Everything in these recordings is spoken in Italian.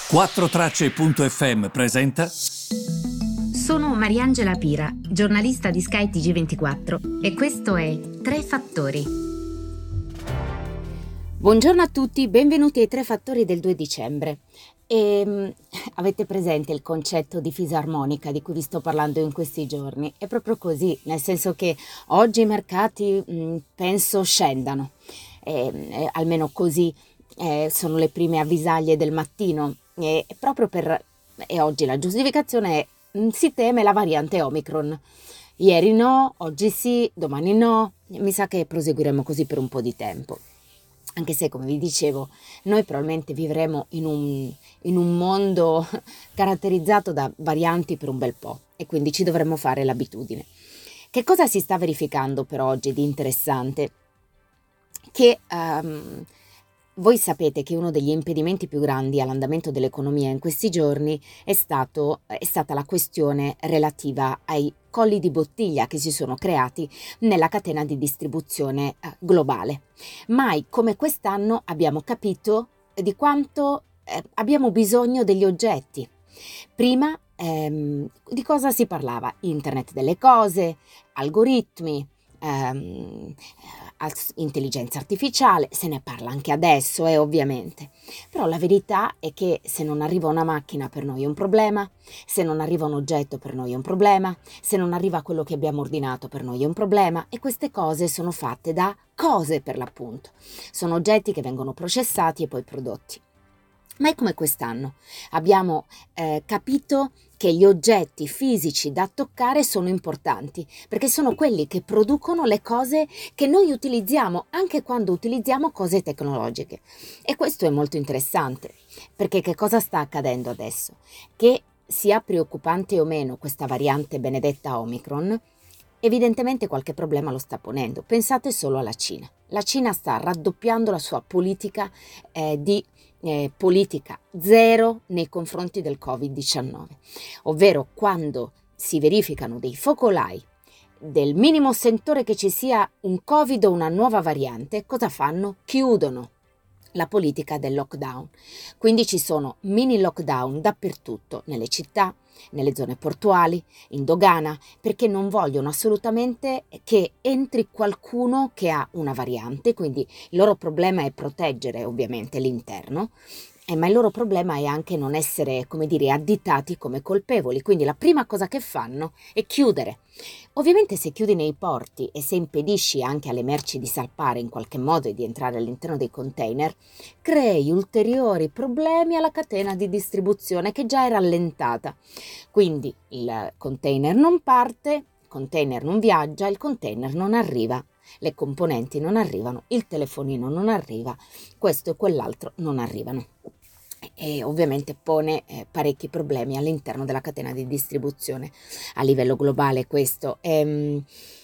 4Tracce.fm presenta. Sono Mariangela Pira, giornalista di Sky TG24 e questo è Tre Fattori. Buongiorno a tutti, benvenuti ai Tre Fattori del 2 dicembre. Avete presente il concetto di fisarmonica di cui vi sto parlando in questi giorni? È proprio così, nel senso che oggi i mercati penso scendano, almeno così sono le prime avvisaglie del mattino e oggi la giustificazione è si teme la variante Omicron. Ieri no, oggi sì, domani no, mi sa che proseguiremo così per un po' di tempo. Anche se, come vi dicevo, noi probabilmente vivremo in un mondo caratterizzato da varianti per un bel po' e quindi ci dovremmo fare l'abitudine. Che cosa si sta verificando per oggi di interessante? Che voi sapete che uno degli impedimenti più grandi all'andamento dell'economia in questi giorni è stata la questione relativa ai colli di bottiglia che si sono creati nella catena di distribuzione globale. Mai come quest'anno abbiamo capito di quanto abbiamo bisogno degli oggetti. Prima di cosa si parlava? Internet delle cose, algoritmi, intelligenza artificiale, se ne parla anche adesso, ovviamente. Però la verità è che se non arriva una macchina per noi è un problema, se non arriva un oggetto per noi è un problema, se non arriva quello che abbiamo ordinato per noi è un problema, e queste cose sono fatte da cose, per l'appunto. Sono oggetti che vengono processati e poi prodotti. Ma è come quest'anno. Abbiamo capito che gli oggetti fisici da toccare sono importanti, perché sono quelli che producono le cose che noi utilizziamo, anche quando utilizziamo cose tecnologiche. E questo è molto interessante, perché che cosa sta accadendo adesso? Che sia preoccupante o meno questa variante benedetta Omicron, evidentemente qualche problema lo sta ponendo. Pensate solo alla Cina. La Cina sta raddoppiando la sua politica di politica zero nei confronti del Covid-19, ovvero quando si verificano dei focolai del minimo sentore che ci sia un Covid o una nuova variante, cosa fanno? Chiudono la politica del lockdown. Quindi ci sono mini lockdown dappertutto, nelle città, nelle zone portuali, in dogana, perché non vogliono assolutamente che entri qualcuno che ha una variante, quindi il loro problema è proteggere ovviamente l'interno, ma il loro problema è anche non essere, come dire, additati come colpevoli, quindi la prima cosa che fanno è chiudere. Ovviamente se chiudi nei porti e se impedisci anche alle merci di salpare in qualche modo e di entrare all'interno dei container, crei ulteriori problemi alla catena di distribuzione che già è rallentata. Quindi il container non parte, il container non viaggia, il container non arriva, le componenti non arrivano, il telefonino non arriva, questo e quell'altro non arrivano. E ovviamente pone parecchi problemi all'interno della catena di distribuzione a livello globale questo. E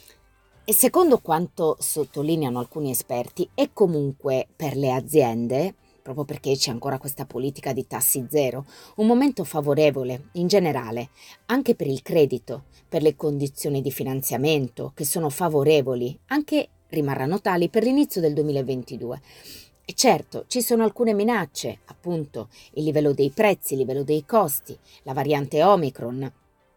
secondo quanto sottolineano alcuni esperti, è comunque per le aziende, proprio perché c'è ancora questa politica di tassi zero, un momento favorevole in generale, anche per il credito, per le condizioni di finanziamento che sono favorevoli, anche rimarranno tali per l'inizio del 2022. E certo, ci sono alcune minacce, appunto, il livello dei prezzi, il livello dei costi, la variante Omicron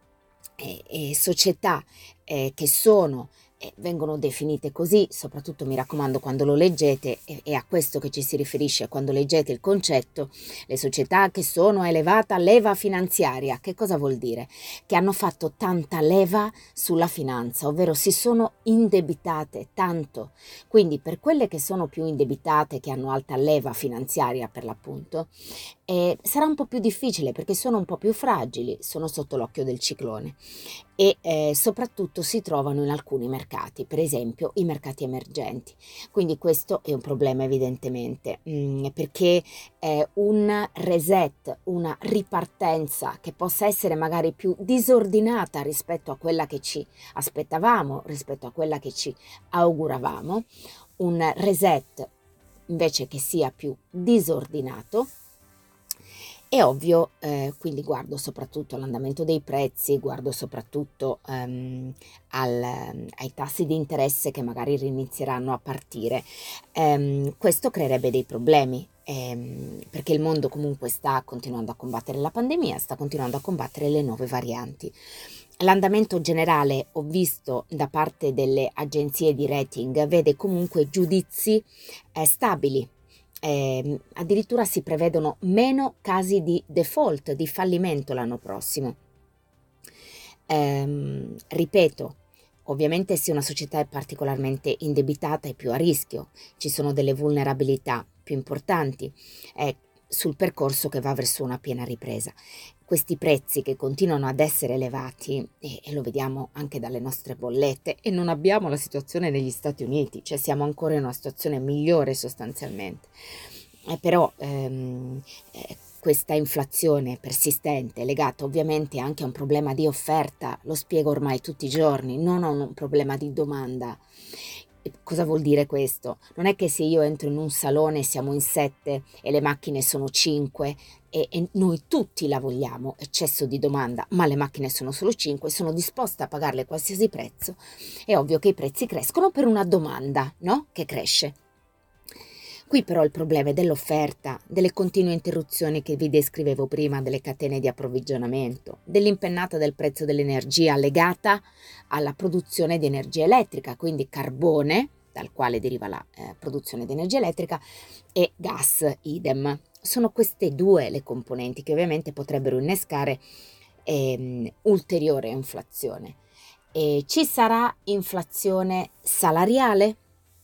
e società che vengono definite così, soprattutto mi raccomando quando lo leggete, è a questo che ci si riferisce quando leggete il concetto, le società che sono a elevata leva finanziaria. Che cosa vuol dire? Che hanno fatto tanta leva sulla finanza, ovvero si sono indebitate tanto. Quindi per quelle che sono più indebitate, che hanno alta leva finanziaria per l'appunto, sarà un po' più difficile perché sono un po' più fragili, sono sotto l'occhio del ciclone e soprattutto si trovano in alcuni mercati, per esempio i mercati emergenti. Quindi questo è un problema evidentemente, perché un reset, una ripartenza che possa essere magari più disordinata rispetto a quella che ci aspettavamo, rispetto a quella che ci auguravamo, un reset invece che sia più disordinato. È ovvio, quindi guardo soprattutto all'andamento dei prezzi, guardo soprattutto ai tassi di interesse che magari inizieranno a partire. Questo creerebbe dei problemi perché il mondo comunque sta continuando a combattere la pandemia, sta continuando a combattere le nuove varianti. L'andamento generale, ho visto da parte delle agenzie di rating, vede comunque giudizi stabili. Addirittura si prevedono meno casi di default, di fallimento l'anno prossimo. Ripeto, ovviamente se una società è particolarmente indebitata è più a rischio, ci sono delle vulnerabilità più importanti sul percorso che va verso una piena ripresa. Questi prezzi che continuano ad essere elevati, e lo vediamo anche dalle nostre bollette, e non abbiamo la situazione negli Stati Uniti, cioè siamo ancora in una situazione migliore sostanzialmente. Però questa inflazione persistente è legata ovviamente anche a un problema di offerta, lo spiego ormai tutti i giorni, non a un problema di domanda. Cosa vuol dire questo? Non è che se io entro in un salone siamo in 7 e le macchine sono 5 e noi tutti la vogliamo, eccesso di domanda, ma le macchine sono solo 5, sono disposta a pagarle qualsiasi prezzo. È ovvio che i prezzi crescono per una domanda, no? Che cresce. Qui però il problema è dell'offerta, delle continue interruzioni che vi descrivevo prima, delle catene di approvvigionamento, dell'impennata del prezzo dell'energia legata alla produzione di energia elettrica, quindi carbone, dal quale deriva la produzione di energia elettrica, e gas, idem. Sono queste due le componenti che ovviamente potrebbero innescare ulteriore inflazione. E ci sarà inflazione salariale?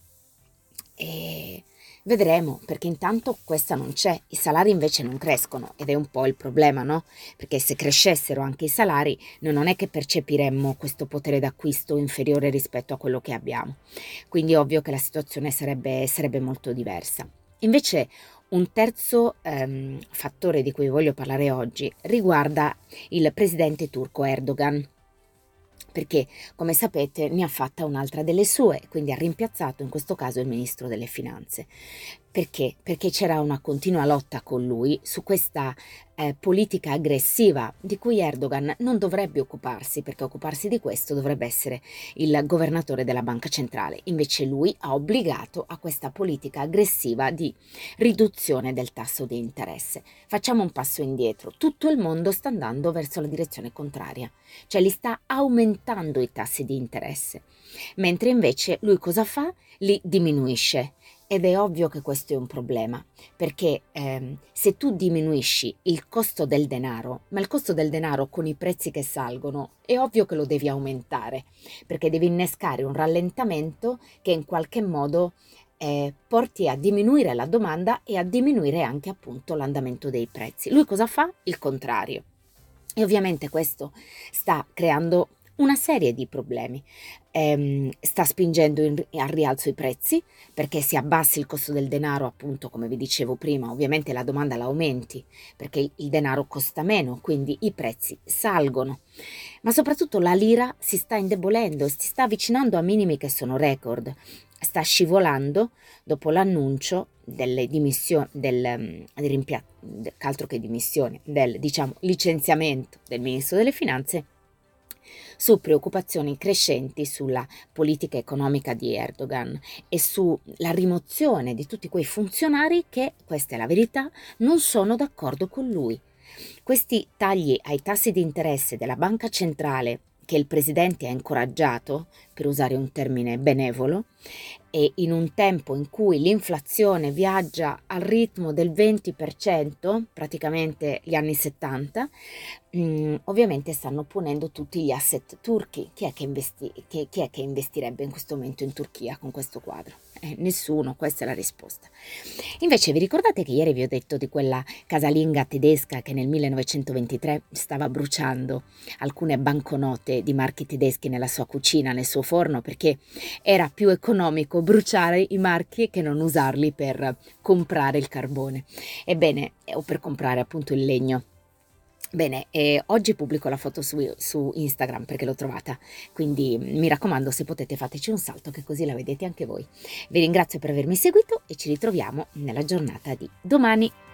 Vedremo, perché intanto questa non c'è, i salari invece non crescono ed è un po' il problema, no? Perché se crescessero anche i salari, noi non è che percepiremmo questo potere d'acquisto inferiore rispetto a quello che abbiamo. Quindi è ovvio che la situazione sarebbe molto diversa. Invece un terzo fattore di cui voglio parlare oggi riguarda il presidente turco Erdogan, perché come sapete ne ha fatta un'altra delle sue, quindi ha rimpiazzato in questo caso il ministro delle finanze. Perché? Perché c'era una continua lotta con lui su questa politica aggressiva di cui Erdogan non dovrebbe occuparsi, perché occuparsi di questo dovrebbe essere il governatore della banca centrale. Invece lui ha obbligato a questa politica aggressiva di riduzione del tasso di interesse. Facciamo un passo indietro, tutto il mondo sta andando verso la direzione contraria, cioè li sta aumentando i tassi di interesse, mentre invece lui cosa fa? Li diminuisce. Ed è ovvio che questo è un problema, perché se tu diminuisci il costo del denaro, ma il costo del denaro con i prezzi che salgono, è ovvio che lo devi aumentare, perché devi innescare un rallentamento che in qualche modo porti a diminuire la domanda e a diminuire anche appunto l'andamento dei prezzi. Lui cosa fa? Il contrario. E ovviamente questo sta creando una serie di problemi. Sta spingendo al rialzo i prezzi, perché se abbassi il costo del denaro, appunto come vi dicevo prima, ovviamente la domanda la aumenti, perché il denaro costa meno, quindi i prezzi salgono. Ma soprattutto la lira si sta indebolendo, si sta avvicinando a minimi che sono record, sta scivolando dopo l'annuncio delle dimissioni, altro che dimissioni, del diciamo licenziamento del ministro delle finanze, su preoccupazioni crescenti sulla politica economica di Erdogan e sulla rimozione di tutti quei funzionari che, questa è la verità, non sono d'accordo con lui. Questi tagli ai tassi di interesse della banca centrale, che il presidente ha incoraggiato, per usare un termine benevolo, e in un tempo in cui l'inflazione viaggia al ritmo del 20%, praticamente gli anni 70, ovviamente stanno ponendo tutti gli asset turchi. Chi è che investirebbe in questo momento in Turchia con questo quadro? Nessuno, questa è la risposta. Invece vi ricordate che ieri vi ho detto di quella casalinga tedesca che nel 1923 stava bruciando alcune banconote di marchi tedeschi nella sua cucina, nel suo forno, perché era più economico bruciare i marchi che non usarli per comprare il carbone, ebbene, o per comprare appunto il legno. Bene, oggi pubblico la foto su Instagram perché l'ho trovata, quindi mi raccomando, se potete fateci un salto che così la vedete anche voi. Vi ringrazio per avermi seguito e ci ritroviamo nella giornata di domani.